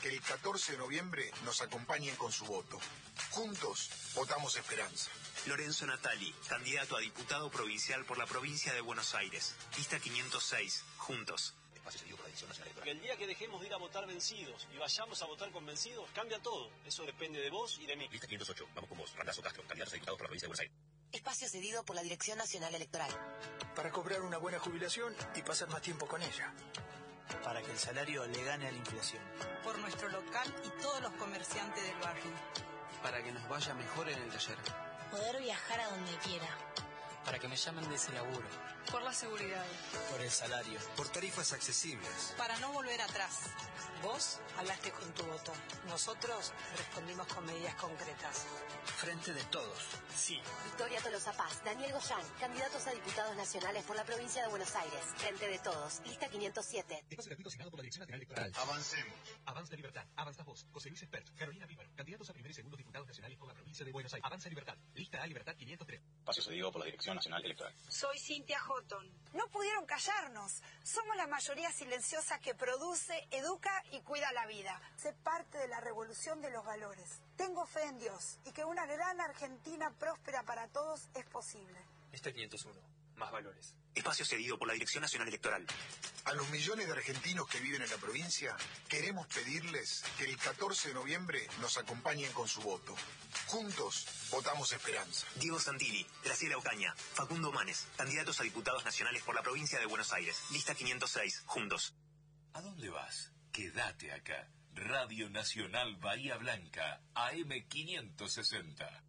que el 14 de noviembre nos acompañen con su voto. Juntos votamos esperanza. Lorenzo Natali, candidato a diputado provincial por la provincia de Buenos Aires. Lista 506. Juntos. Porque el día que dejemos de ir a votar vencidos y vayamos a votar convencidos, cambia todo. Eso depende de vos y de mí. Lista 508. Vamos con vos. Randazzo Castro, candidatos a diputados por la provincia de Buenos Aires. Espacio cedido por la Dirección Nacional Electoral. Para cobrar una buena jubilación y pasar más tiempo con ella. Para que el salario le gane a la inflación. Por nuestro local y todos los comerciantes del barrio. Para que nos vaya mejor en el taller. Poder viajar a donde quiera. Para que me llamen de ese laburo. Por la seguridad. Por el salario. Por tarifas accesibles. Para no volver atrás. Vos hablaste con tu voto. Nosotros respondimos con medidas concretas. Frente de todos. Sí. Victoria Tolosa Paz, Daniel Goyán, candidatos a diputados nacionales por la provincia de Buenos Aires. Frente de todos. Lista 507. Espacio gratuito asignado por la Dirección Nacional Electoral. Avancemos. Avanza Libertad. Avanza vos. José Luis Espert. Carolina Píparo. Candidatos a primer y segundo diputados nacionales por la provincia de Buenos Aires. Avanza Libertad. Lista A Libertad 503. Espacio cedido por la Dirección Nacional Electoral. Soy Cintia Houghton. No pudieron callarnos. Somos la mayoría silenciosa que produce, educa y cuida la vida. Sé parte de la revolución de los valores. Tengo fe en Dios y que una gran Argentina próspera para todos es posible. Lista 501. Más valores. Espacio cedido por la Dirección Nacional Electoral. A los millones de argentinos que viven en la provincia, queremos pedirles que el 14 de noviembre nos acompañen con su voto. Juntos votamos esperanza. Diego Santilli, Graciela Ocaña, Facundo Manes, candidatos a diputados nacionales por la provincia de Buenos Aires. Lista 506. Juntos. ¿A dónde vas? Quédate acá. Radio Nacional Bahía Blanca, AM 560.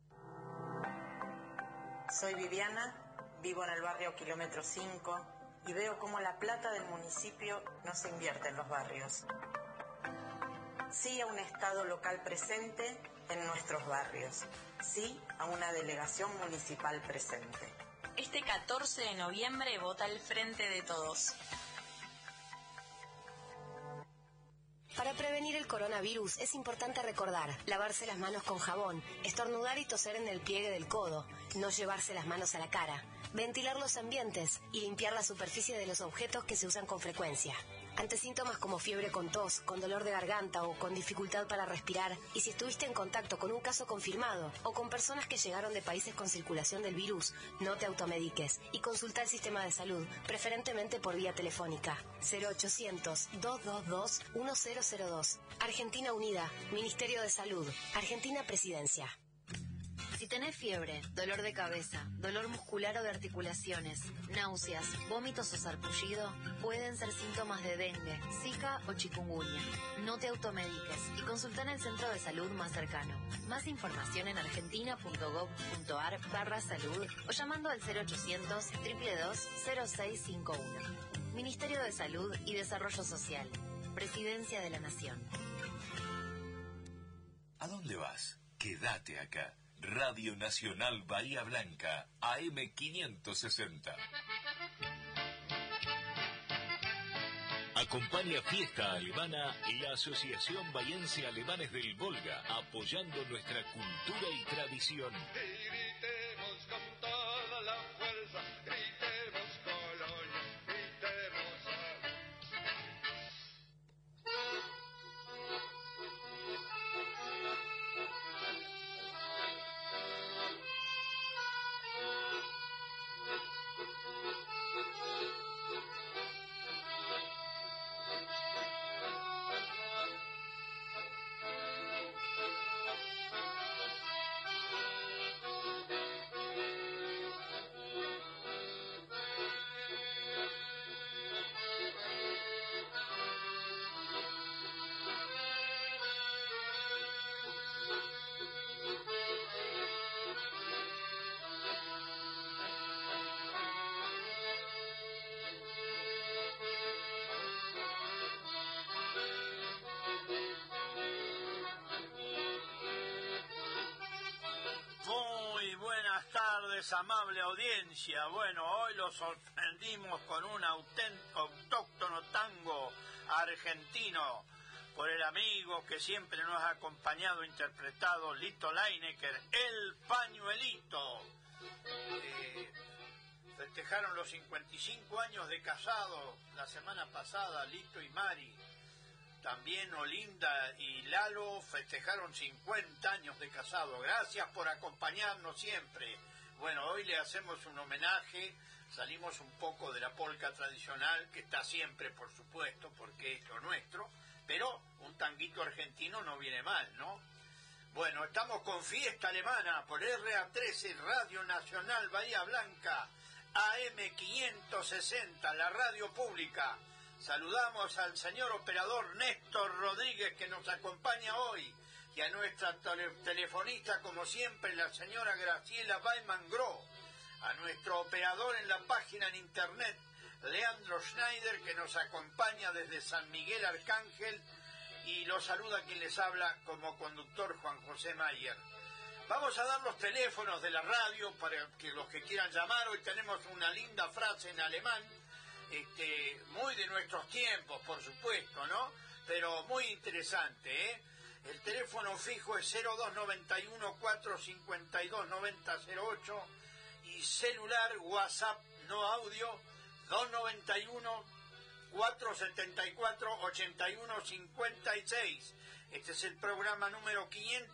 Soy Viviana, vivo en el barrio Kilómetro 5 y veo cómo la plata del municipio no se invierte en los barrios. Sí a un Estado local presente en nuestros barrios. Sí a una delegación municipal presente. Este 14 de noviembre vota el Frente de Todos. Para prevenir el coronavirus es importante recordar lavarse las manos con jabón, estornudar y toser en el pliegue del codo, no llevarse las manos a la cara, ventilar los ambientes y limpiar la superficie de los objetos que se usan con frecuencia. Ante síntomas como fiebre con tos, con dolor de garganta o con dificultad para respirar, y si estuviste en contacto con un caso confirmado o con personas que llegaron de países con circulación del virus, no te automediques y consulta el sistema de salud, preferentemente por vía telefónica. 0800-222-1002. Argentina Unida, Ministerio de Salud, Argentina Presidencia. Si tenés fiebre, dolor de cabeza, dolor muscular o de articulaciones, náuseas, vómitos o sarpullido, pueden ser síntomas de dengue, zika o chikungunya. No te automediques y consulta en el centro de salud más cercano. Más información en argentina.gov.ar/salud o llamando al 0800-222-0651. Ministerio de Salud y Desarrollo Social. Presidencia de la Nación. ¿A dónde vas? Quédate acá. Radio Nacional Bahía Blanca, AM 560. Acompaña Fiesta Alemana y la Asociación Bahiense Alemanes del Volga, apoyando nuestra cultura y tradición. Gritemos con toda la fuerza, gritemos Colonia, gritemos amable audiencia. Bueno, hoy los sorprendimos con un autóctono tango argentino por el amigo que siempre nos ha acompañado, interpretado, Lito Leinecker, El Pañuelito. Festejaron los 55 años de casado la semana pasada Lito y Mari. también Olinda y Lalo festejaron 50 años de casado. Gracias por acompañarnos siempre. Bueno, hoy le hacemos un homenaje, salimos un poco de la polca tradicional, que está siempre, por supuesto, porque es lo nuestro, pero un tanguito argentino no viene mal, ¿no? Bueno, estamos con Fiesta Alemana por RA13, Radio Nacional Bahía Blanca, AM560, la radio pública. Saludamos al señor operador Néstor Rodríguez, que nos acompaña hoy, y a nuestra telefonista, como siempre, la señora Graciela Baiman-Gro, a nuestro operador en la página en internet, Leandro Schneider, que nos acompaña desde San Miguel Arcángel, y lo saluda quien les habla como conductor, Juan José Mayer. Vamos a dar los teléfonos de la radio para que los que quieran llamar. Hoy tenemos una linda frase en alemán, muy de nuestros tiempos, por supuesto, ¿no? Pero muy interesante, ¿eh? El teléfono fijo es 0291-452-9008 y celular WhatsApp no audio 291-474-8156. Este es el programa número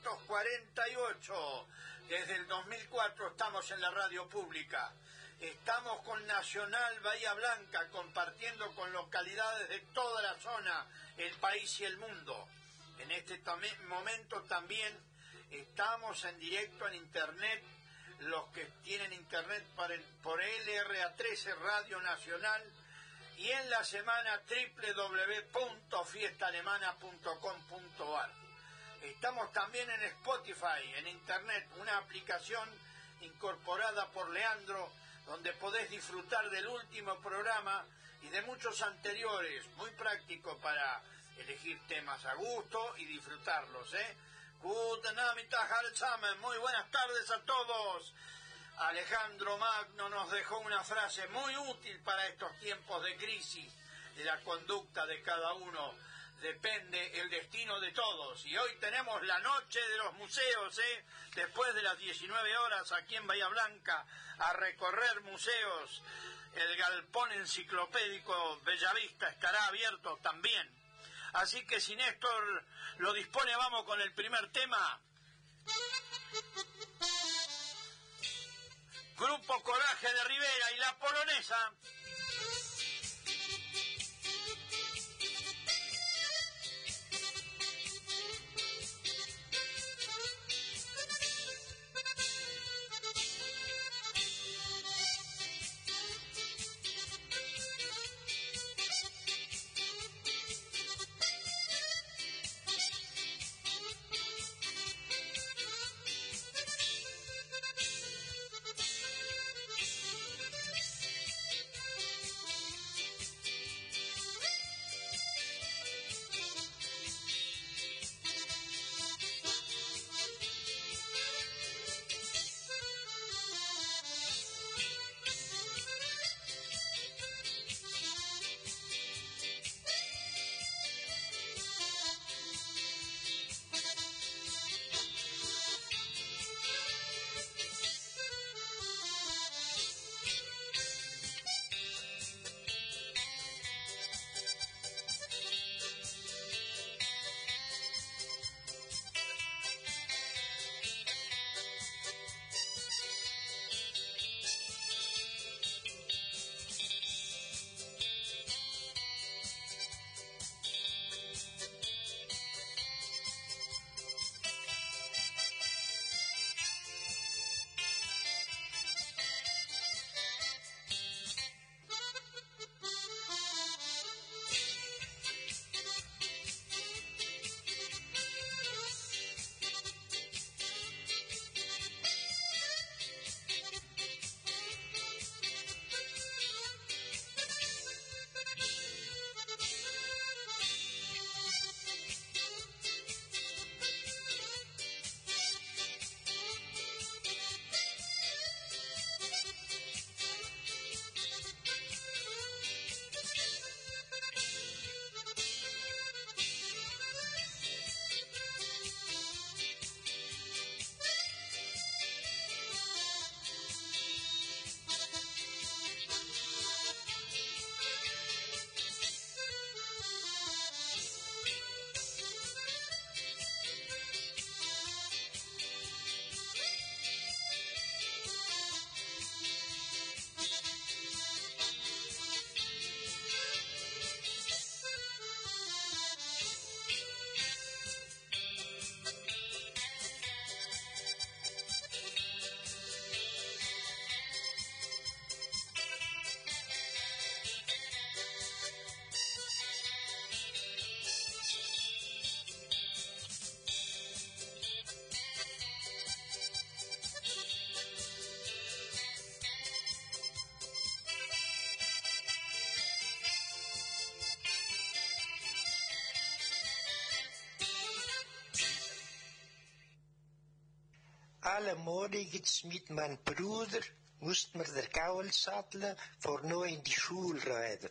548. Desde el 2004 estamos en la radio pública. Estamos con Nacional Bahía Blanca, compartiendo con localidades de toda la zona, el país y el mundo. En este momento también estamos en directo en internet, los que tienen internet por LRA13 Radio Nacional, y en la semana www.fiestaalemana.com.ar. Estamos también en Spotify, en internet, una aplicación incorporada por Leandro, donde podés disfrutar del último programa y de muchos anteriores, muy práctico para elegir temas a gusto y disfrutarlos, ¿eh? Guten Nachmittag zusammen, muy buenas tardes a todos. Alejandro Magno nos dejó una frase muy útil para estos tiempos de crisis. De la conducta de cada uno depende el destino de todos. Y hoy tenemos la noche de los museos, ¿eh? Después de las 19 horas aquí en Bahía Blanca, a recorrer museos. El galpón enciclopédico Bellavista estará abierto también. Así que si Néstor lo dispone, vamos con el primer tema. Grupo Coraje de Rivera y La Polonesa. Alle morgens mit mijn broeder moest me de kouwel saddelen voor nu in die school rijden.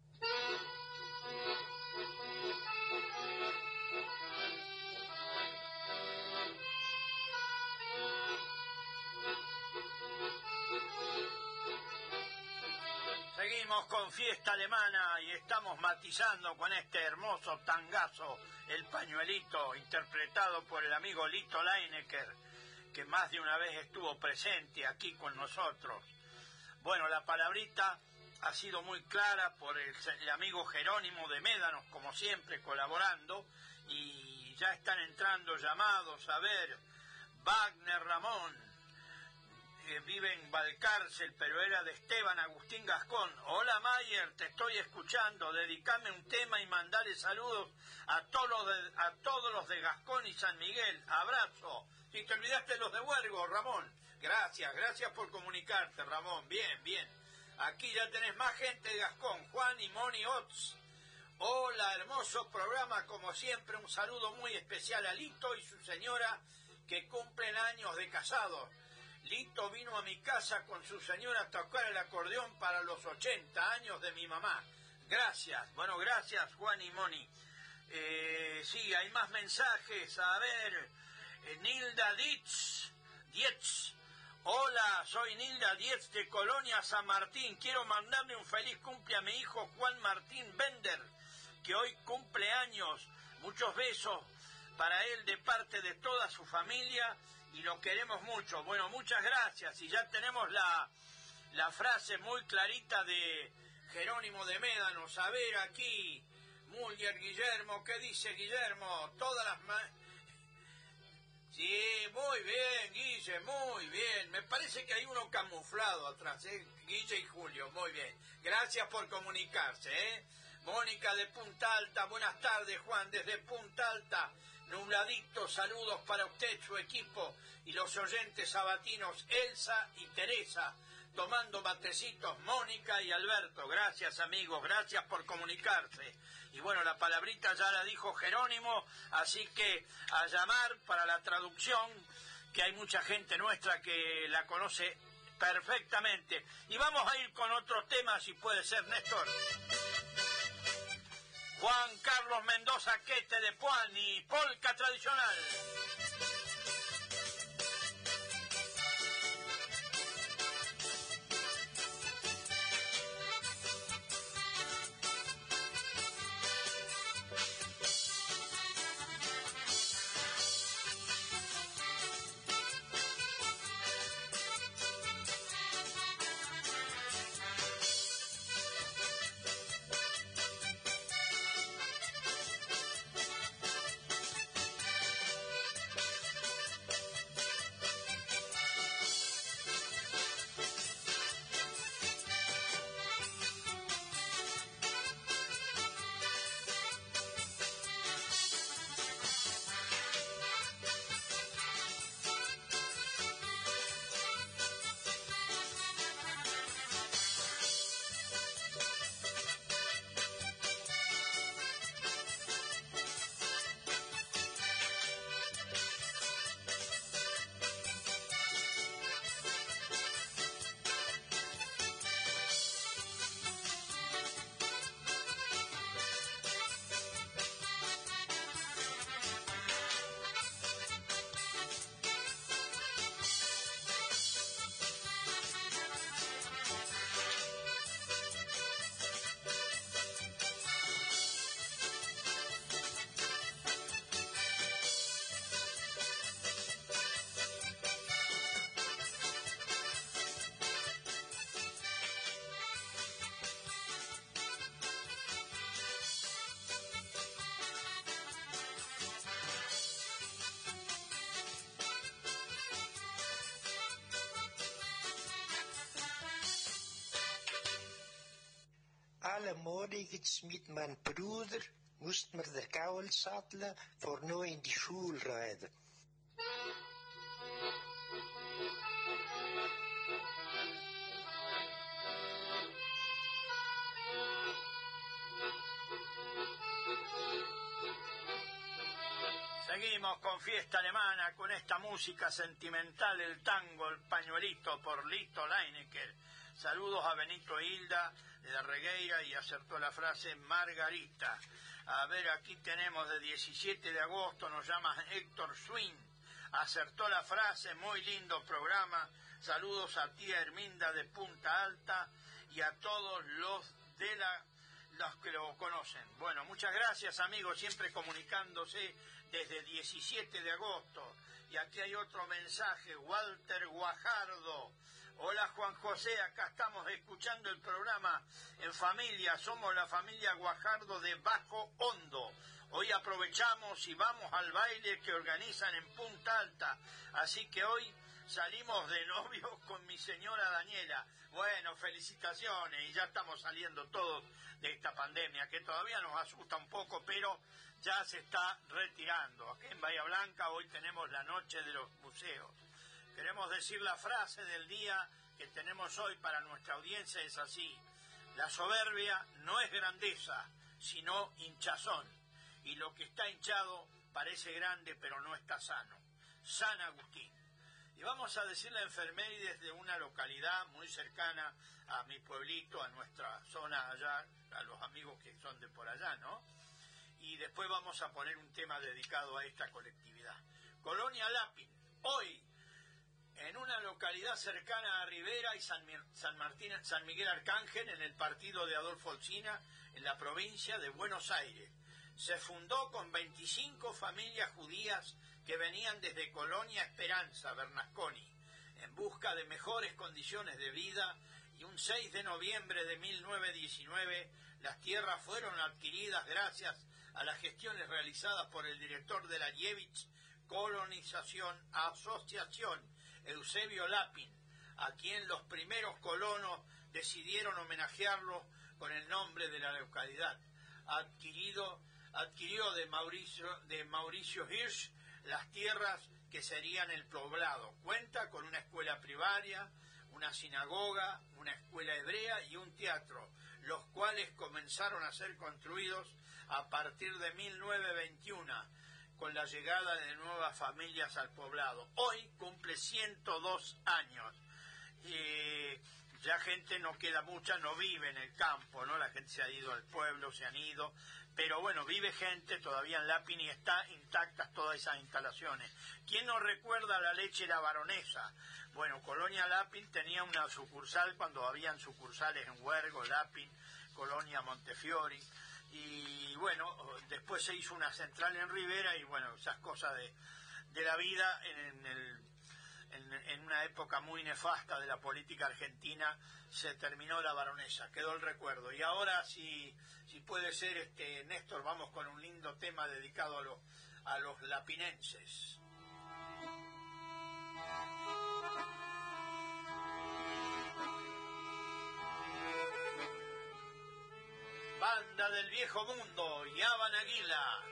Seguimos con fiesta alemana y estamos matizando con este hermoso tangazo, el pañuelito, interpretado por el amigo Lito Leinecker, que más de una vez estuvo presente aquí con nosotros. Bueno, la palabrita ha sido muy clara por el amigo Jerónimo de Médanos, como siempre, colaborando, y ya están entrando llamados. A ver, Wagner Ramón, vive en Valcárcel, pero era de Esteban Agustín Gascón. Hola Mayer, te estoy escuchando, dedicame un tema y mandale saludos a todos los de Gascón y San Miguel. Abrazo. Si te olvidaste los de Huergo, Ramón. Gracias por comunicarte, Ramón. Bien. Aquí ya tenés más gente de Gascón, Juan y Moni Ots. Hola, hermoso programa, como siempre, un saludo muy especial a Lito y su señora que cumplen años de casados. Lito vino a mi casa con su señora a tocar el acordeón para los 80 años de mi mamá. Gracias, gracias Juan y Moni. Sí, hay más mensajes. A ver, Nilda Dietz. Hola, soy Nilda Dietz de Colonia San Martín. Quiero mandarle un feliz cumple a mi hijo Juan Martín Bender, que hoy cumple años. Muchos besos para él de parte de toda su familia y lo queremos mucho. Bueno, muchas gracias. Y ya tenemos la frase muy clarita de Jerónimo de Médanos. A ver aquí, Muller Guillermo, ¿qué dice Guillermo? Todas las... Sí, muy bien, Guille, muy bien. Me parece que hay uno camuflado atrás, Guille y Julio, muy bien. Gracias por comunicarse, Mónica de Punta Alta, buenas tardes, Juan, desde Punta Alta. Nubladito, saludos para usted, su equipo y los oyentes sabatinos Elsa y Teresa, tomando matecitos Mónica y Alberto. Gracias amigos, gracias por comunicarse. Y bueno, la palabrita ya la dijo Jerónimo, así que a llamar para la traducción, que hay mucha gente nuestra que la conoce perfectamente. Y vamos a ir con otro tema, si puede ser, Néstor. Juan Carlos Mendoza Quete de Puan y polka tradicional. Alle morgens met mijn broeder moest me de kouwel saddelen voor nu in die school rijden. Seguimos con Fiesta Alemana, con esta música sentimental, el tango, el pañuelito por Lito Leinecker. Saludos a Benito e Hilda de la Regueira y acertó la frase Margarita. A ver, aquí tenemos de 17 de agosto, nos llama Héctor Swin. Acertó la frase, muy lindo programa. Saludos a tía Herminda de Punta Alta y a todos los que lo conocen. Bueno, muchas gracias amigos, siempre comunicándose desde 17 de agosto. Y aquí hay otro mensaje, Walter Guajardo. Hola Juan José, acá estamos escuchando el programa en familia, somos la familia Guajardo de Bajo Hondo. Hoy aprovechamos y vamos al baile que organizan en Punta Alta, así que hoy salimos de novios con mi señora Daniela. Bueno, felicitaciones, y ya estamos saliendo todos de esta pandemia, que todavía nos asusta un poco, pero ya se está retirando. Aquí en Bahía Blanca hoy tenemos la noche de los museos. Queremos decir la frase del día que tenemos hoy para nuestra audiencia, es así: la soberbia no es grandeza, sino hinchazón, y lo que está hinchado parece grande, pero no está sano. San Agustín. Y vamos a decir la efemérides de una localidad muy cercana a mi pueblito, a nuestra zona allá, a los amigos que son de por allá, ¿no? Y después vamos a poner un tema dedicado a esta colectividad. Colonia Lapin, hoy, en una localidad cercana a Rivera y San Miguel Arcángel, en el partido de Adolfo Alsina, en la provincia de Buenos Aires. Se fundó con 25 familias judías que venían desde Colonia Esperanza, Bernasconi, en busca de mejores condiciones de vida, y un 6 de noviembre de 1919 las tierras fueron adquiridas gracias a las gestiones realizadas por el director de la Yevich Colonización Asociación, Eusebio Lapin, a quien los primeros colonos decidieron homenajearlo con el nombre de la localidad. Adquirió de Mauricio Hirsch las tierras que serían el poblado. Cuenta con una escuela primaria, una sinagoga, una escuela hebrea y un teatro, los cuales comenzaron a ser construidos a partir de 1921, con la llegada de nuevas familias al poblado. Hoy cumple 102 años. Ya gente no queda mucha, no vive en el campo, ¿no? La gente se ha ido al pueblo, se han ido, pero bueno, vive gente todavía en Lapin y está intactas todas esas instalaciones. ¿Quién no recuerda la leche La Baronesa? Bueno, Colonia Lapin tenía una sucursal cuando habían sucursales en Huergo, Lapin, Colonia Montefiori, y bueno, después se hizo una central en Rivera, y bueno, esas cosas de la vida en una época muy nefasta de la política argentina. Se terminó La Baronesa, quedó el recuerdo. Y ahora, si puede ser, Néstor, vamos con un lindo tema dedicado a los lapinenses. Banda del Viejo Mundo, Yaban Aguila.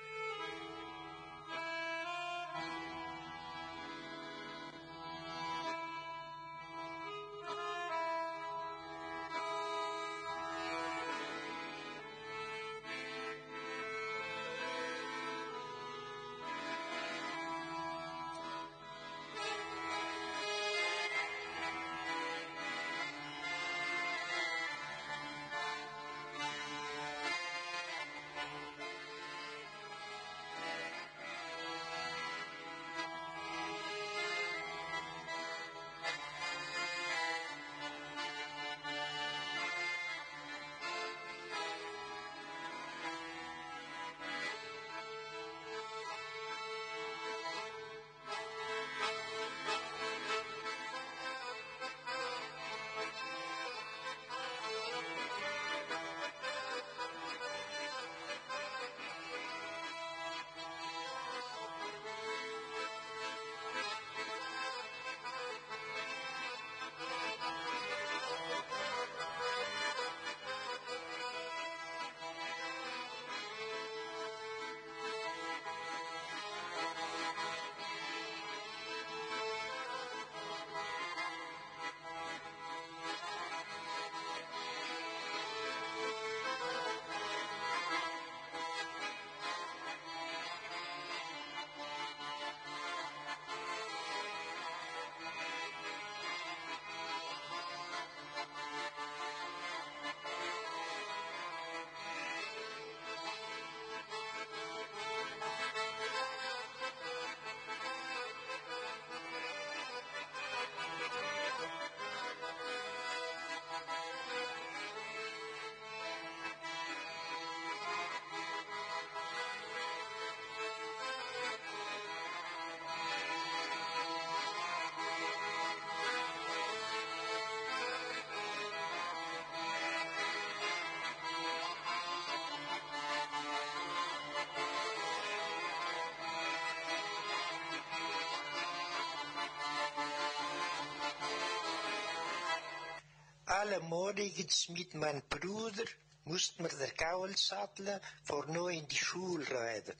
alle morgens mit meinem Bruder mussten wir der Gaul satteln, vor nur in die Schule reiten.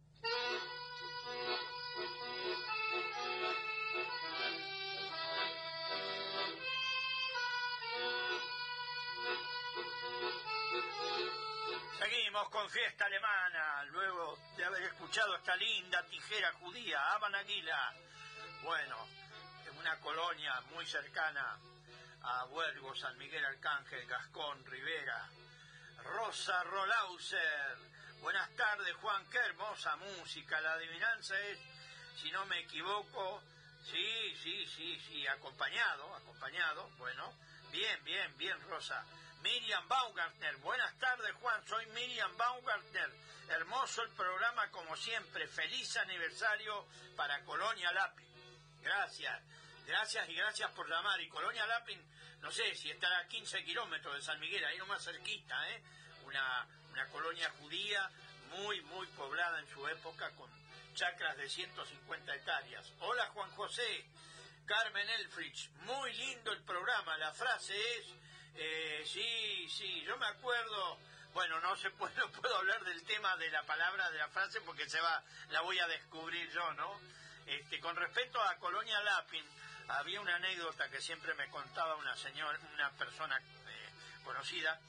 Seguimos con fiesta alemana, luego de haber escuchado esta linda tijera judía, Abanaguila. Bueno, es una colonia muy cercana a Huelgo, San Miguel Arcángel, Gascón, Rivera. Rosa Rolauser, buenas tardes Juan, qué hermosa música, la adivinanza es, si no me equivoco, sí, acompañado, bueno, bien Rosa. Miriam Baumgartner, buenas tardes Juan, soy Miriam Baumgartner, hermoso el programa como siempre, feliz aniversario para Colonia Lapin. Gracias y gracias por llamar. Y Colonia Lapin, no sé si estará a 15 kilómetros de San Miguel, ahí nomás cerquita, una colonia judía muy poblada en su época con chacras de 150 hectáreas. Hola Juan José, Carmen Elfrich, muy lindo el programa, la frase es, sí, yo me acuerdo, bueno, no puedo hablar del tema de la palabra, de la frase, porque la voy a descubrir yo, ¿no? Con respecto a Colonia Lapin, había una anécdota que siempre me contaba una persona conocida,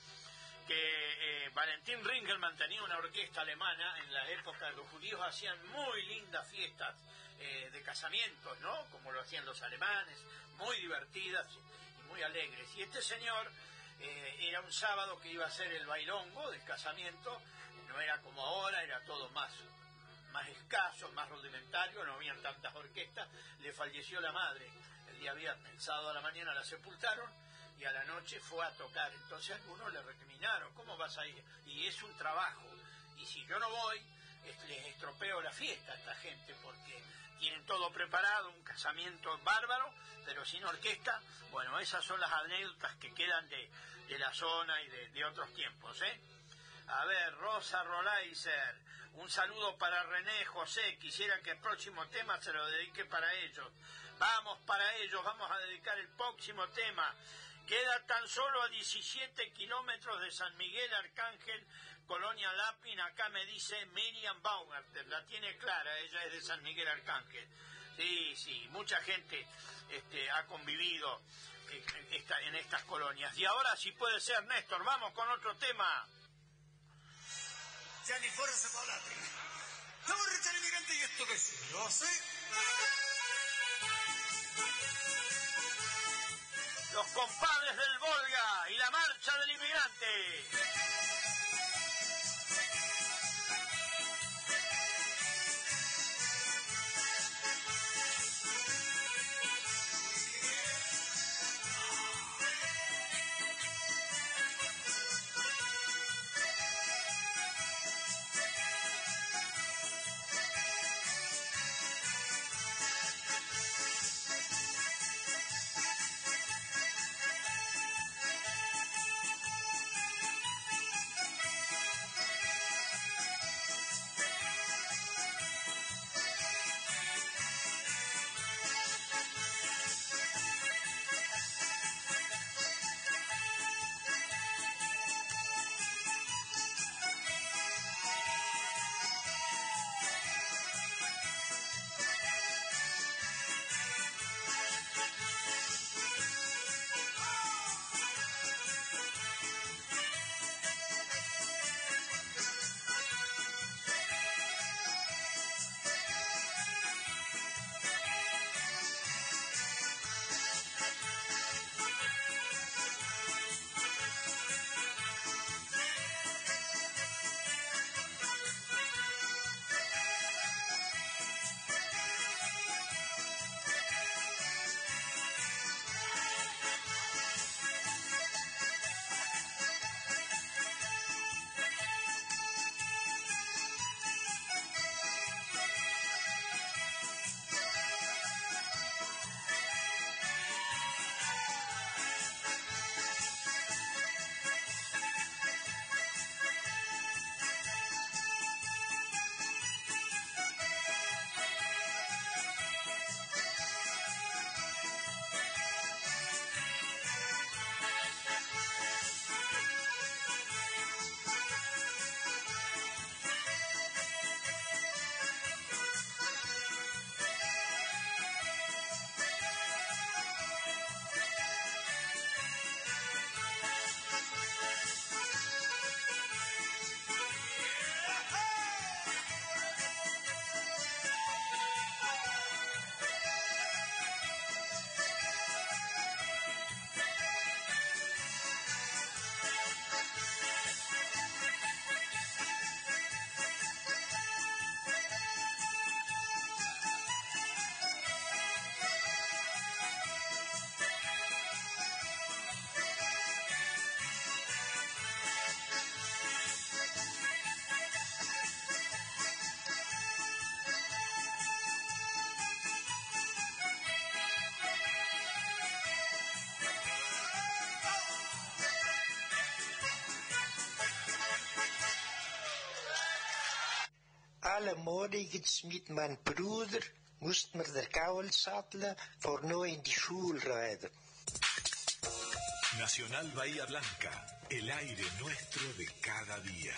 que Valentín Ringelmann tenía una orquesta alemana en la época, los judíos hacían muy lindas fiestas de casamientos, ¿no? Como lo hacían los alemanes, muy divertidas y muy alegres. Y este señor, era un sábado que iba a ser el bailongo del casamiento, no era como ahora, era todo más escaso, más rudimentario, no habían tantas orquestas. Le falleció la madre el día viernes, el sábado a la mañana la sepultaron y a la noche fue a tocar. Entonces algunos le recriminaron, ¿cómo vas a ir? Y es un trabajo, y si yo no voy, les estropeo la fiesta a esta gente, porque tienen todo preparado, un casamiento bárbaro, pero sin orquesta. Bueno, esas son las anécdotas que quedan de la zona y de otros tiempos, A ver, Rosa Rolaiser, un saludo para René, José, quisiera que el próximo tema se lo dedique para ellos. Vamos para ellos, vamos a dedicar el próximo tema. Queda tan solo a 17 kilómetros de San Miguel Arcángel, Colonia Lapin. Acá me dice Miriam Baumgartner, la tiene clara, ella es de San Miguel Arcángel. Sí, mucha gente ha convivido en estas colonias. Y ahora, si puede ser, Néstor, vamos con otro tema. Ya ni fuerza para hablar. La borracha del migrante y esto que es, yo sé. Los compadres del Volga y la marcha del inmigrante. Alle morgens mit mijn broeder moest me de kouwel zadelen voor nu in die school rijden. Nacional Bahía Blanca, el aire nuestro de cada día.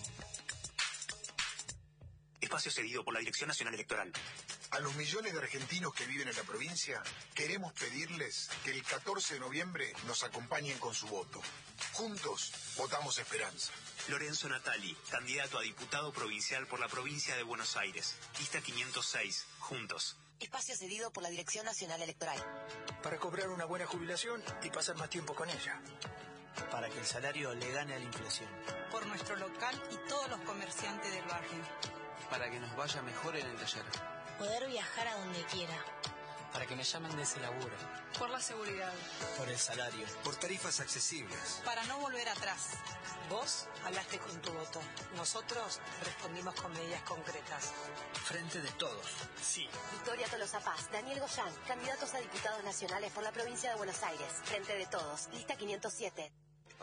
Espacio cedido por la Dirección Nacional Electoral. A los millones de argentinos que viven en la provincia, queremos pedirles que el 14 de noviembre nos acompañen con su voto. Juntos, votamos esperanza. Lorenzo Natali, candidato a diputado provincial por la provincia de Buenos Aires. Lista 506. Juntos. Espacio cedido por la Dirección Nacional Electoral. Para cobrar una buena jubilación y pasar más tiempo con ella. Para que el salario le gane a la inflación. Por nuestro local y todos los comerciantes del barrio. Para que nos vaya mejor en el taller. Poder viajar a donde quiera. Para que me llamen de ese laburo. Por la seguridad. Por el salario. Por tarifas accesibles. Para no volver atrás. Vos hablaste con tu voto. Nosotros respondimos con medidas concretas. Frente de todos. Sí. Victoria Tolosa Paz, Daniel Goyán, candidatos a diputados nacionales por la provincia de Buenos Aires. Frente de todos. Lista 507.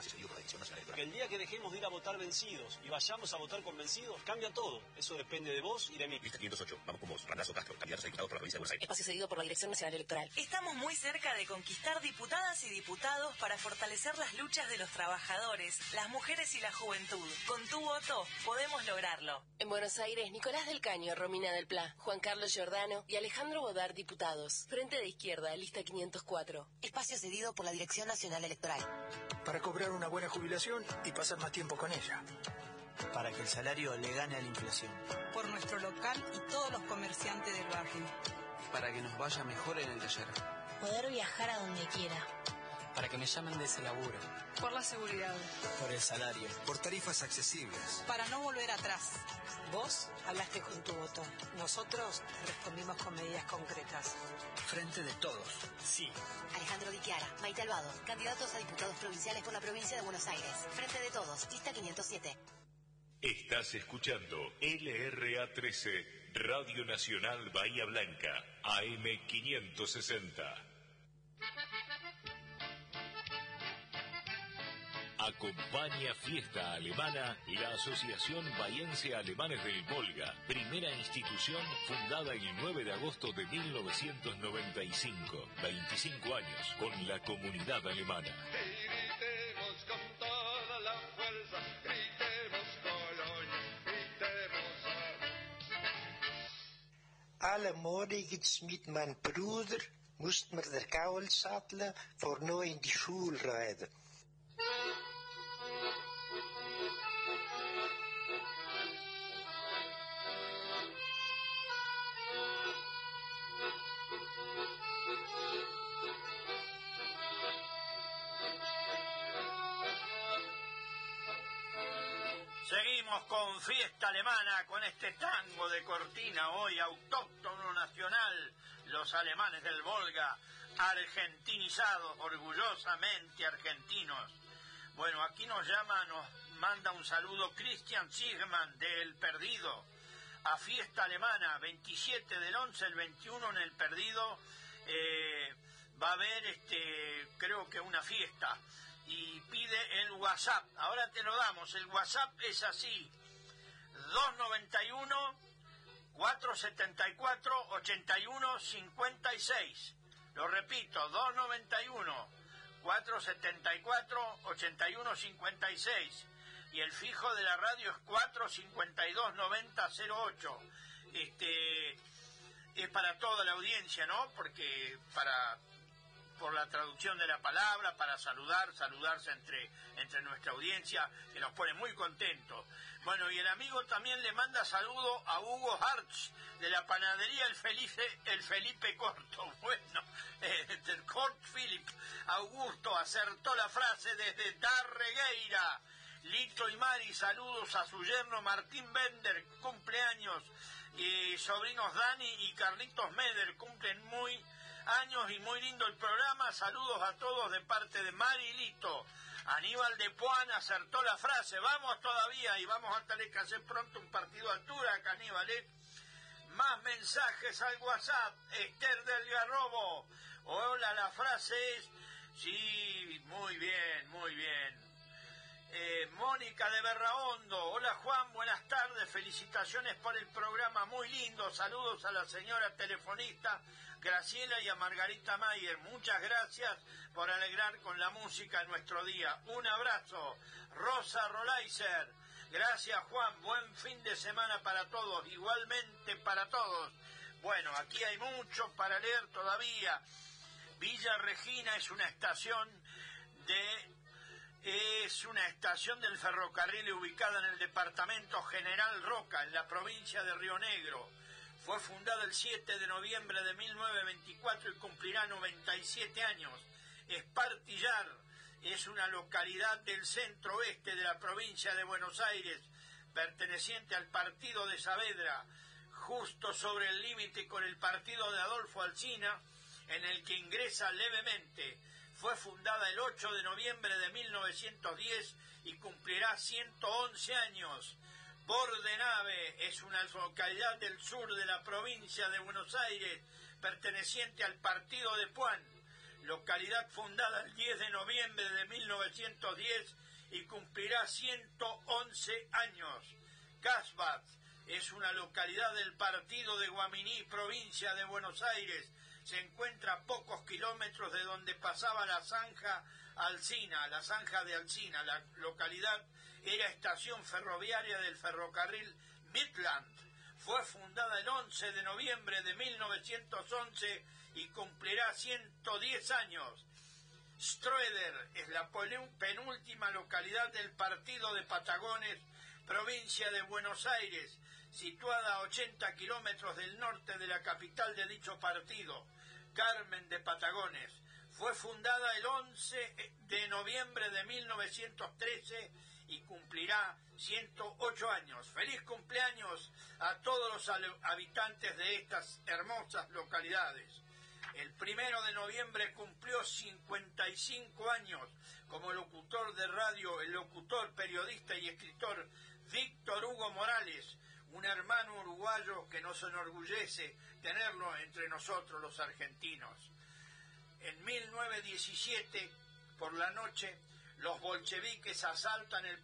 Que el día que dejemos de ir a votar vencidos y vayamos a votar convencidos, cambia todo. Eso depende de vos y de mí. Lista 508. Vamos con vos. Randazo Castro, candidatos a diputados por la provincia de Buenos Aires. Espacio cedido por la Dirección Nacional Electoral. Estamos muy cerca de conquistar diputadas y diputados para fortalecer las luchas de los trabajadores, las mujeres y la juventud. Con tu voto podemos lograrlo. En Buenos Aires, Nicolás del Caño, Romina del Pla, Juan Carlos Giordano y Alejandro Bodar, diputados. Frente de Izquierda, lista 504. Espacio cedido por la Dirección Nacional Electoral. Para cobrar una buena jubilación y pasar más tiempo con ella. Para que el salario le gane a la inflación. Por nuestro local y todos los comerciantes del barrio. Para que nos vaya mejor en el taller. Poder viajar a donde quiera. Para que me llamen de ese laburo. Por la seguridad. Por el salario. Por tarifas accesibles. Para no volver atrás. Vos hablaste con tu voto. Nosotros respondimos con medidas concretas. Frente de todos. Sí. Alejandro Di Chiara, Maite Albado, candidatos a diputados provinciales por la provincia de Buenos Aires. Frente de todos, lista 507. Estás escuchando LRA 13, Radio Nacional Bahía Blanca, AM 560. Acompaña Fiesta Alemana la Asociación Bahiense Alemanes del Volga, primera institución fundada el 9 de agosto de 1995, 25 años con la comunidad alemana. Gritemos con toda la fuerza, gritemos Colonia, gritemos Alle morgens mit mijn broeder moest me de kouwel zadelen voor nu in die school rijden. Seguimos con Fiesta Alemana, con este tango de cortina hoy autóctono nacional, los alemanes del Volga, argentinizados, orgullosamente argentinos. Bueno, aquí nos manda un saludo Christian Sigman de El Perdido, a Fiesta Alemana, 27 del 11, el 21 en El Perdido, va a haber, creo que una fiesta. Y pide el WhatsApp. Ahora te lo damos. El WhatsApp es así: 291-474-8156. Lo repito, 291-474-8156. Y el fijo de la radio es 452-9008. Es para toda la audiencia, ¿no? Porque por la traducción de la palabra, para saludarse entre nuestra audiencia, que nos pone muy contentos. Bueno, y el amigo también le manda saludo a Hugo Hartz, de la panadería El Felipe Corto. Bueno, del Cort Philip. Augusto acertó la frase desde Darregueira. Lito y Mari, saludos a su yerno Martín Bender, cumpleaños. Y sobrinos Dani y Carlitos Meder, cumplen años y muy lindo el programa. Saludos a todos de parte de Mari y Lito. Aníbal de Puan acertó la frase. Vamos todavía y vamos a tener que hacer pronto un partido a altura acá, Aníbal, Más mensajes al WhatsApp. Esther del Garrobo. Hola, la frase es... Sí, muy bien, muy bien. Mónica de Berraondo, hola Juan, buenas tardes, felicitaciones por el programa, muy lindo, saludos a la señora telefonista Graciela y a Margarita Mayer, muchas gracias por alegrar con la música nuestro día, un abrazo. Rosa Rolaiser, gracias Juan, buen fin de semana para todos, igualmente para todos. Bueno, aquí hay mucho para leer todavía. Villa Regina es una estación del ferrocarril ubicada en el departamento General Roca, en la provincia de Río Negro. Fue fundada el 7 de noviembre de 1924 y cumplirá 97 años. Espartillar es una localidad del centro-oeste de la provincia de Buenos Aires, perteneciente al partido de Saavedra, justo sobre el límite con el partido de Adolfo Alsina, en el que ingresa levemente. Fue fundada el 8 de noviembre de 1910 y cumplirá 111 años. Bordenave es una localidad del sur de la provincia de Buenos Aires, perteneciente al partido de Puan, localidad fundada el 10 de noviembre de 1910 y cumplirá 111 años. Casbat es una localidad del partido de Guaminí, provincia de Buenos Aires. Se encuentra a pocos kilómetros de donde pasaba la zanja Alsina, la zanja de Alsina. La localidad era estación ferroviaria del ferrocarril Midland. Fue fundada el 11 de noviembre de 1911 y cumplirá 110 años. Stroeder es la penúltima localidad del partido de Patagones, provincia de Buenos Aires, situada a 80 kilómetros del norte de la capital de dicho partido, Carmen de Patagones. Fue fundada el 11 de noviembre de 1913 y cumplirá 108 años. ¡Feliz cumpleaños a todos los habitantes de estas hermosas localidades! El 1 de noviembre cumplió 55 años como locutor de radio el locutor, periodista y escritor Víctor Hugo Morales, un hermano uruguayo que nos enorgullece tenerlo entre nosotros los argentinos. En 1917, por la noche, los bolcheviques asaltan el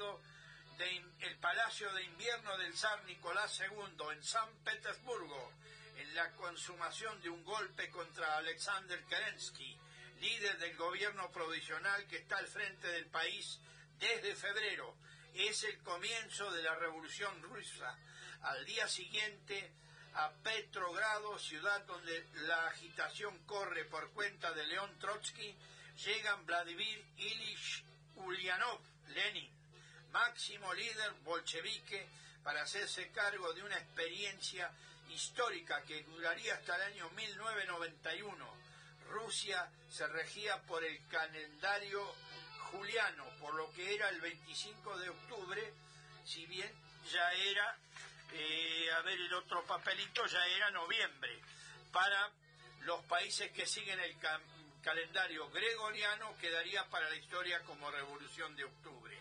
Palacio de Invierno del zar Nicolás II en San Petersburgo, en la consumación de un golpe contra Alexander Kerensky, líder del gobierno provisional que está al frente del país desde febrero. Es el comienzo de la Revolución Rusa. Al día siguiente, a Petrogrado, ciudad donde la agitación corre por cuenta de León Trotsky, llegan Vladimir Ilich Ulyanov, Lenin, máximo líder bolchevique, para hacerse cargo de una experiencia histórica que duraría hasta el año 1991. Rusia se regía por el calendario juliano, por lo que era el 25 de octubre, si bien ya era, el otro papelito ya era noviembre. Para los países que siguen el calendario gregoriano, quedaría para la historia como Revolución de Octubre.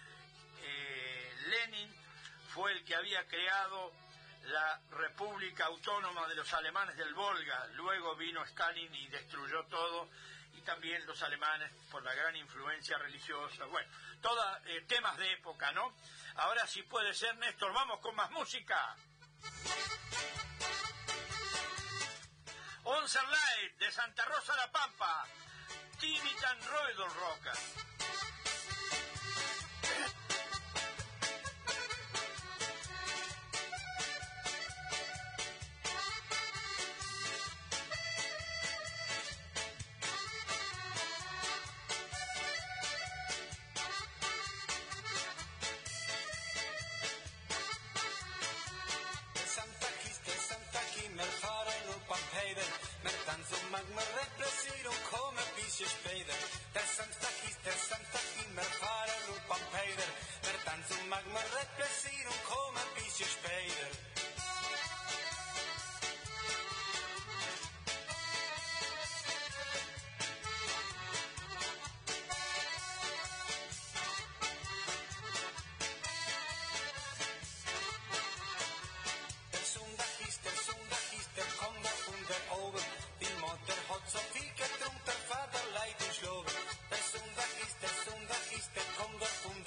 Lenin fue el que había creado la República Autónoma de los Alemanes del Volga. Luego vino Stalin y destruyó todo, y también los alemanes por la gran influencia religiosa. Bueno, todos temas de época, ¿no? Ahora sí puede ser, Néstor, vamos con más música. Once Light de Santa Rosa La Pampa, Timitan Roidor Roca. Der Sonntag ist, der kommt der Funde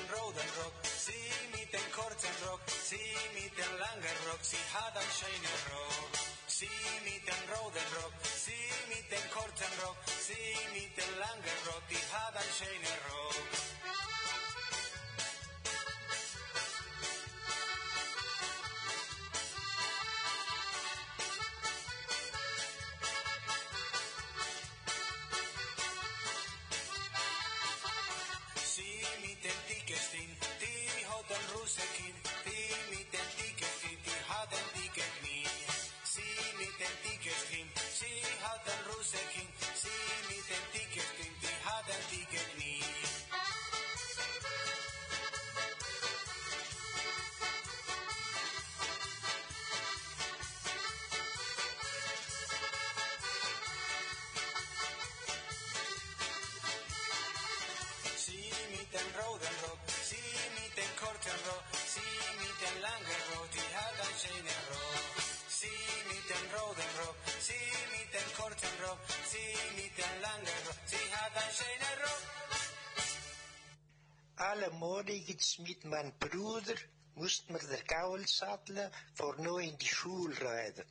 den Rodenrock, sie mit den kurzen Rock, sie mit den langen Rock, sie hat einen schönen Rock. Sie mit den Rodenrock, sie mit den kurzen Rock, sie mit den langen Rock, die hat einen schönen Rock. Alle morgens mit meinem Bruder mussten wir der Gaul satteln, vor nur in die Schule reiten.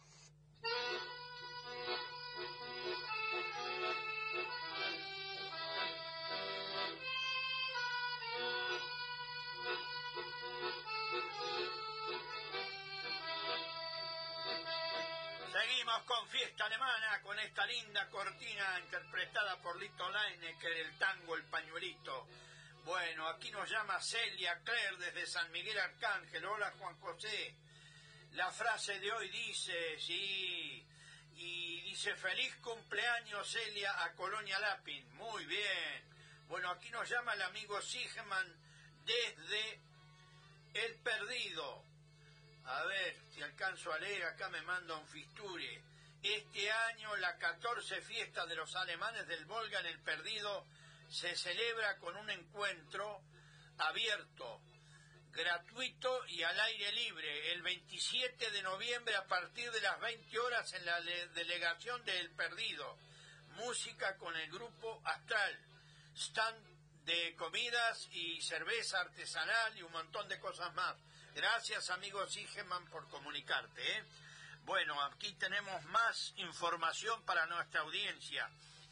Seguimos con Fiesta Alemana, con esta linda cortina interpretada por Lito Leinecker, el tango El Pañuelito. Bueno, aquí nos llama Celia Claire desde San Miguel Arcángel. Hola, Juan José. La frase de hoy dice, sí, y dice, feliz cumpleaños, Celia, a Colonia Lapin. Muy bien. Bueno, aquí nos llama el amigo Sigman desde El Perdido. A ver, si alcanzo a leer, acá me manda un fisture. Este año la 14 fiesta de los alemanes del Volga en El Perdido se celebra con un encuentro abierto, gratuito y al aire libre, el 27 de noviembre a partir de las 20 horas en la delegación de El Perdido. Música con el grupo Astral, stand de comidas y cerveza artesanal y un montón de cosas más. Gracias, amigo Sigeman, por comunicarte, ¿eh? Bueno, aquí tenemos más información para nuestra audiencia.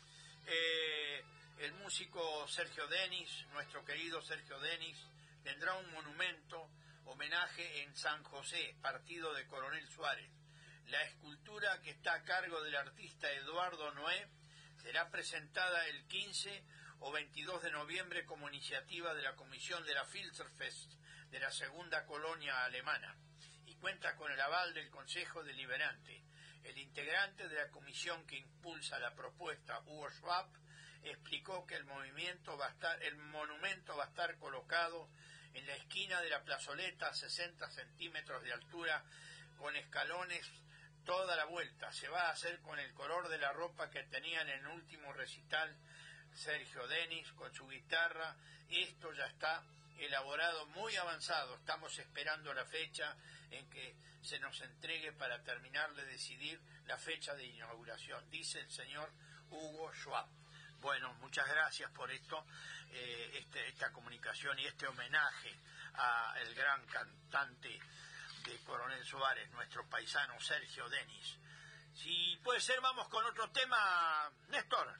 El músico Sergio Denis, nuestro querido Sergio Denis, tendrá un monumento, homenaje en San José, partido de Coronel Suárez. La escultura, que está a cargo del artista Eduardo Noé, será presentada el 15 o 22 de noviembre como iniciativa de la Comisión de la Filzerfest de la Segunda Colonia Alemana y cuenta con el aval del Consejo Deliberante. El integrante de la comisión que impulsa la propuesta, Hugo Schwab, explicó que el monumento va a estar colocado en la esquina de la plazoleta a 60 centímetros de altura, con escalones toda la vuelta. Se va a hacer con el color de la ropa que tenía en el último recital Sergio Denis, con su guitarra. Esto ya está elaborado, muy avanzado. Estamos esperando la fecha en que se nos entregue para terminar de decidir la fecha de inauguración, dice el señor Hugo Schwab. Bueno, muchas gracias por esto, esta comunicación y este homenaje al gran cantante de Coronel Suárez, nuestro paisano Sergio Denis. Si puede ser, vamos con otro tema, Néstor.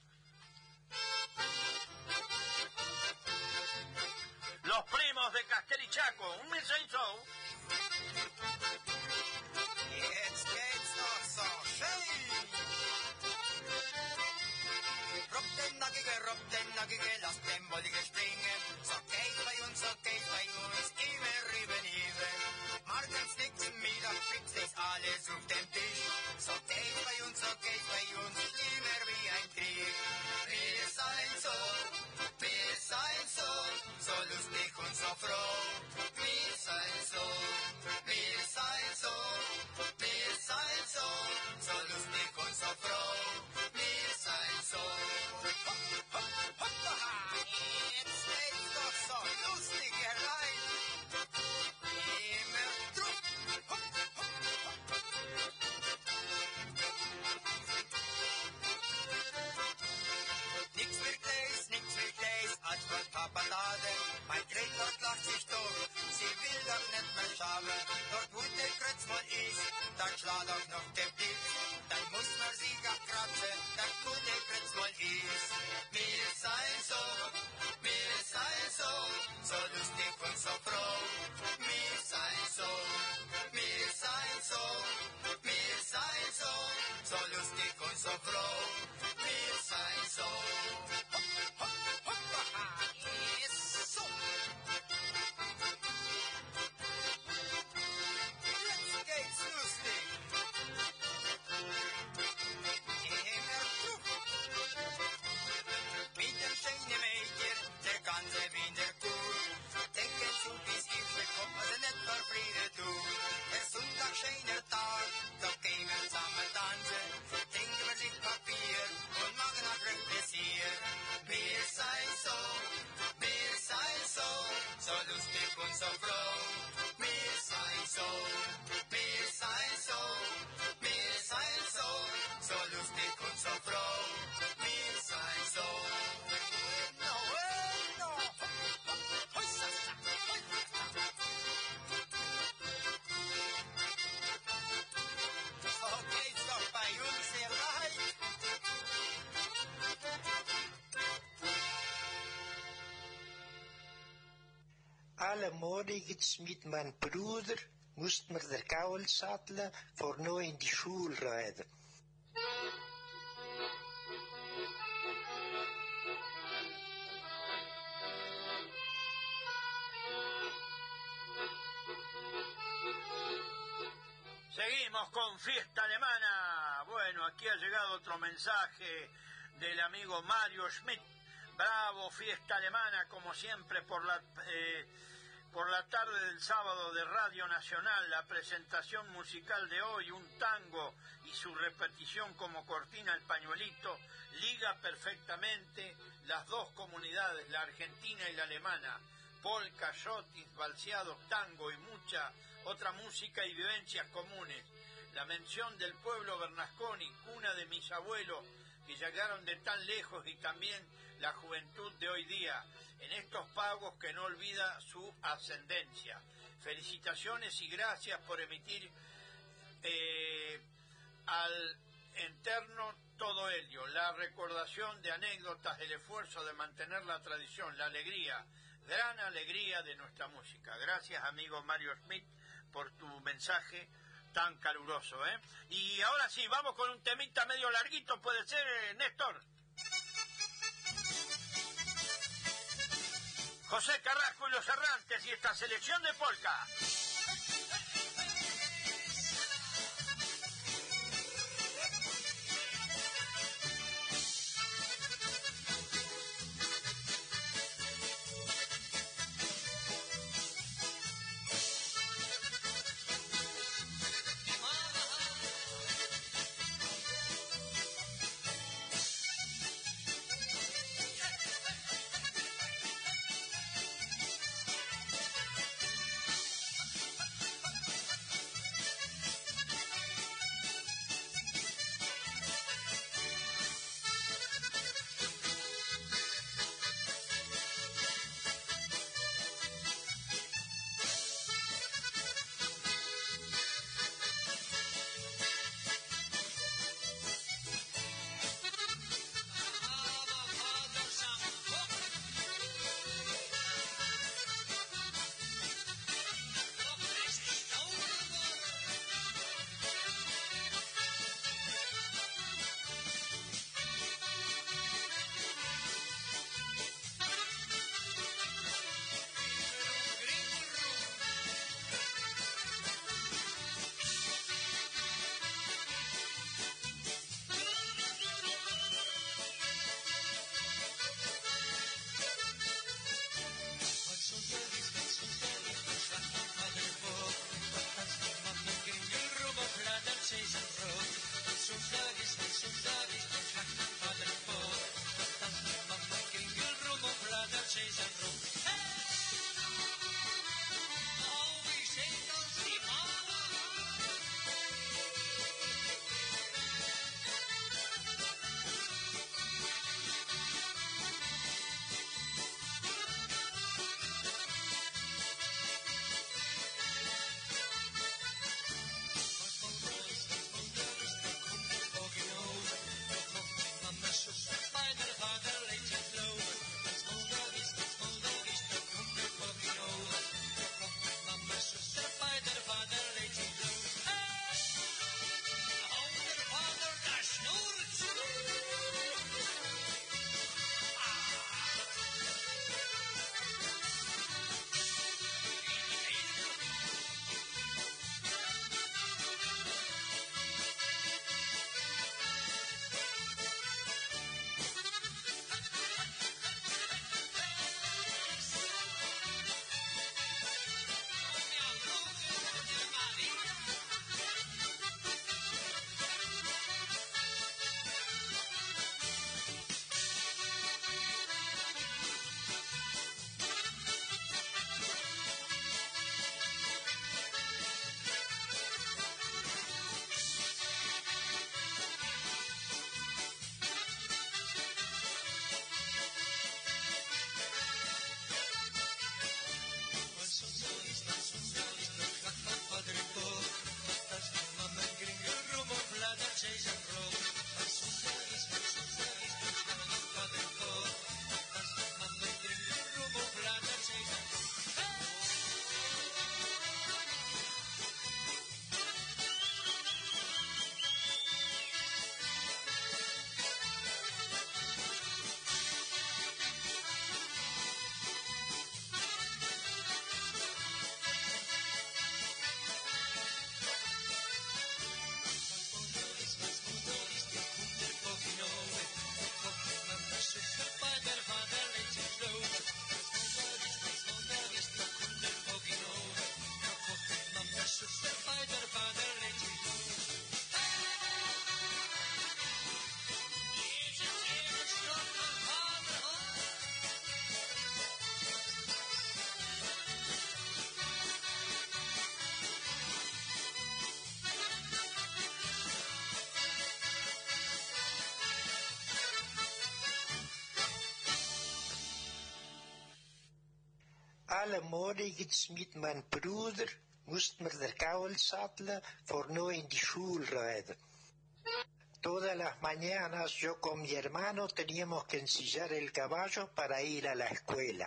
Los primos de Castel y Chaco, un mensaje. Jetzt geht's doch so schön. Rob den Nackige, lass den Wollige springen. So geht's bei uns, immer rieben. Morgens nix, Mittag fix alles auf dem Tisch. So geht's bei uns, immer wie ein Krieg. Wir seien so lustig und so froh. Wir seien so lustig und so froh. Wir seien so. Jetzt unsere Frau, wir sein so. Yes, so. Jetzt geht's lustig. Mit dem schönen Mädchen, der ganze Winter gut. Denken zu, bis ich bekomme, also nicht verfrieden du. Der Sonntag, schöner Tag, da gehen wir zusammen tanzen. Denken wir sich Papier und machen auch Reflessier. Wir sein so, so lustig und so froh. Wir sein so, wir sein so, wir sein so, so lustig und so froh. Wir sein so. No, no. So geht's doch bei uns sehr leicht. Alle morgens mit meinem Bruder mussten wir der Gaul satteln, vor noch in die Schule reiten. Seguimos con Fiesta Alemana. Bueno, aquí ha llegado otro mensaje del amigo Mario Schmidt. Bravo, Fiesta Alemana, como siempre, por la tarde del sábado de Radio Nacional. La presentación musical de hoy, un tango y su repetición como cortina, el pañuelito, liga perfectamente las dos comunidades, la argentina y la alemana. Polka, shotis, balseados, tango y mucha otra música y vivencias comunes. La mención del pueblo Bernasconi, cuna de mis abuelos, que llegaron de tan lejos, y también la juventud de hoy día, en estos pagos que no olvida su ascendencia. Felicitaciones y gracias por emitir al interno todo ello, la recordación de anécdotas, el esfuerzo de mantener la tradición, la alegría, gran alegría de nuestra música. Gracias, amigo Mario Schmidt, por tu mensaje tan caluroso, ¿eh? Y ahora sí, vamos con un temita medio larguito, ¿puede ser, Néstor? José Carrasco y los Errantes y esta selección de polka. Alle morgens mit mijn broeder moesten we de kouwelsattel voor no in die Schule rijden. Todas las mañanas yo con mi hermano teníamos que ensillar el caballo para ir a la escuela.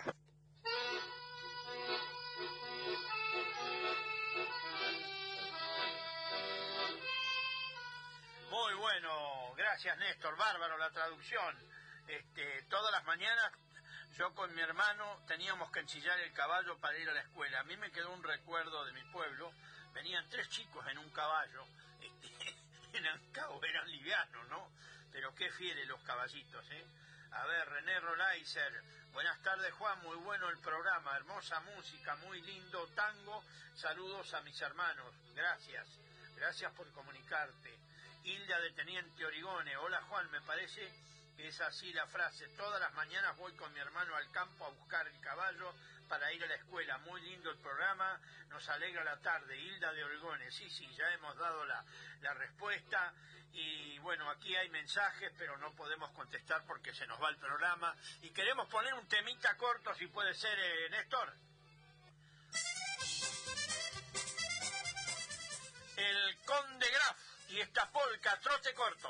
Muy bueno, gracias Néstor, bárbaro la traducción. Todas las mañanas yo con mi hermano teníamos que ensillar el caballo para ir a la escuela. A mí me quedó un recuerdo de mi pueblo. Venían 3 chicos en un caballo. Eran livianos, ¿no? Pero qué fieles los caballitos, ¿eh? A ver, René Rolaiser. Buenas tardes, Juan. Muy bueno el programa. Hermosa música, muy lindo tango. Saludos a mis hermanos. Gracias. Gracias por comunicarte. Hilda de Teniente Origone. Hola, Juan. Me parece que es así la frase. Todas las mañanas voy con mi hermano al campo a buscar el caballo para ir a la escuela. Muy lindo el programa, nos alegra la tarde. Hilda de Origone, sí, ya hemos dado la respuesta. Y bueno, aquí hay mensajes, pero no podemos contestar porque se nos va el programa. Y queremos poner un temita corto, si puede ser, Néstor. El Conde Graf y esta polca, trote corto.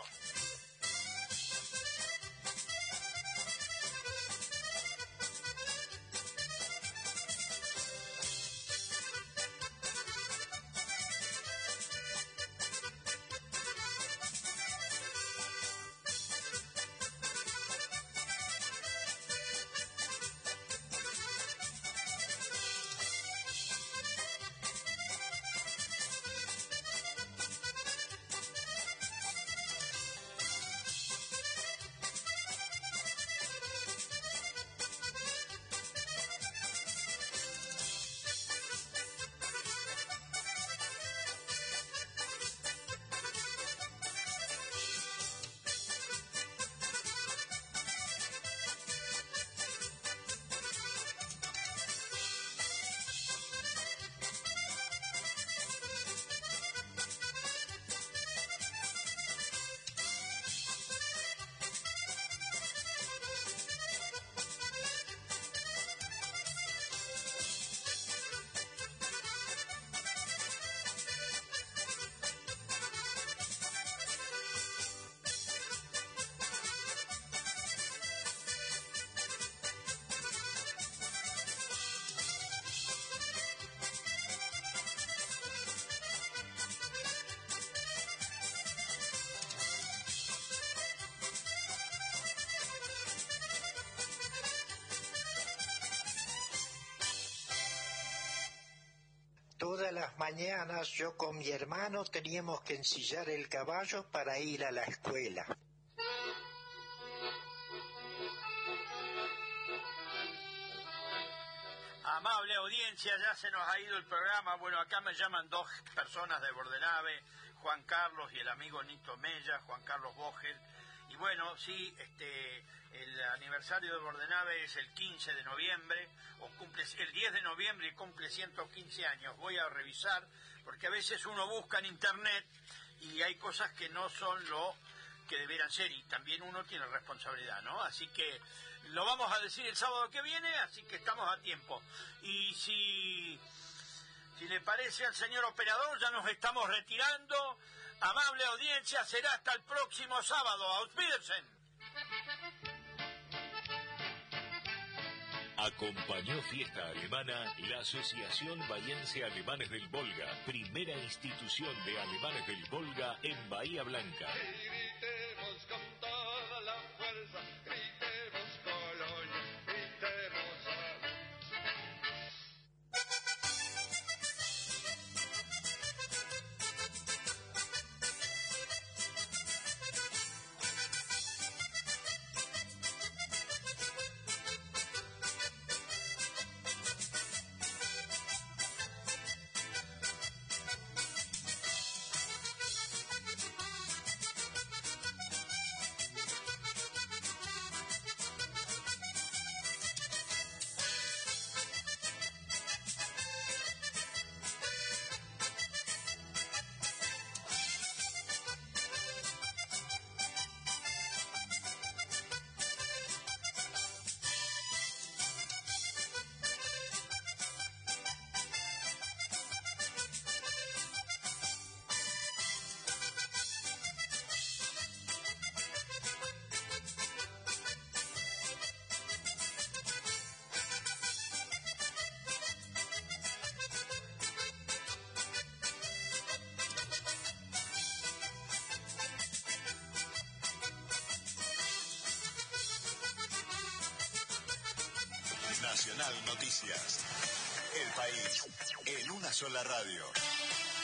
Todas las mañanas yo con mi hermano teníamos que ensillar el caballo para ir a la escuela. Amable audiencia, ya se nos ha ido el programa. Bueno, acá me llaman 2 personas de Bordenave, Juan Carlos y el amigo Nito Mella, Juan Carlos Bogel. Y bueno, sí, el aniversario de Bordenave es el 15 de noviembre, o cumple el 10 de noviembre y cumple 115 años. Voy a revisar, porque a veces uno busca en internet y hay cosas que no son lo que debieran ser, y también uno tiene responsabilidad, ¿no? Así que lo vamos a decir el sábado que viene, así que estamos a tiempo. Y si Si le parece al señor operador, ya nos estamos retirando. Amable audiencia, será hasta el próximo sábado. Auf Wiedersehen. Acompañó Fiesta Alemana la Asociación Bahiense Alemanes del Volga, primera institución de alemanes del Volga en Bahía Blanca. Y gritemos con toda la fuerza, gritemos Colonia, gritemos Nacional Noticias. El país en una sola radio.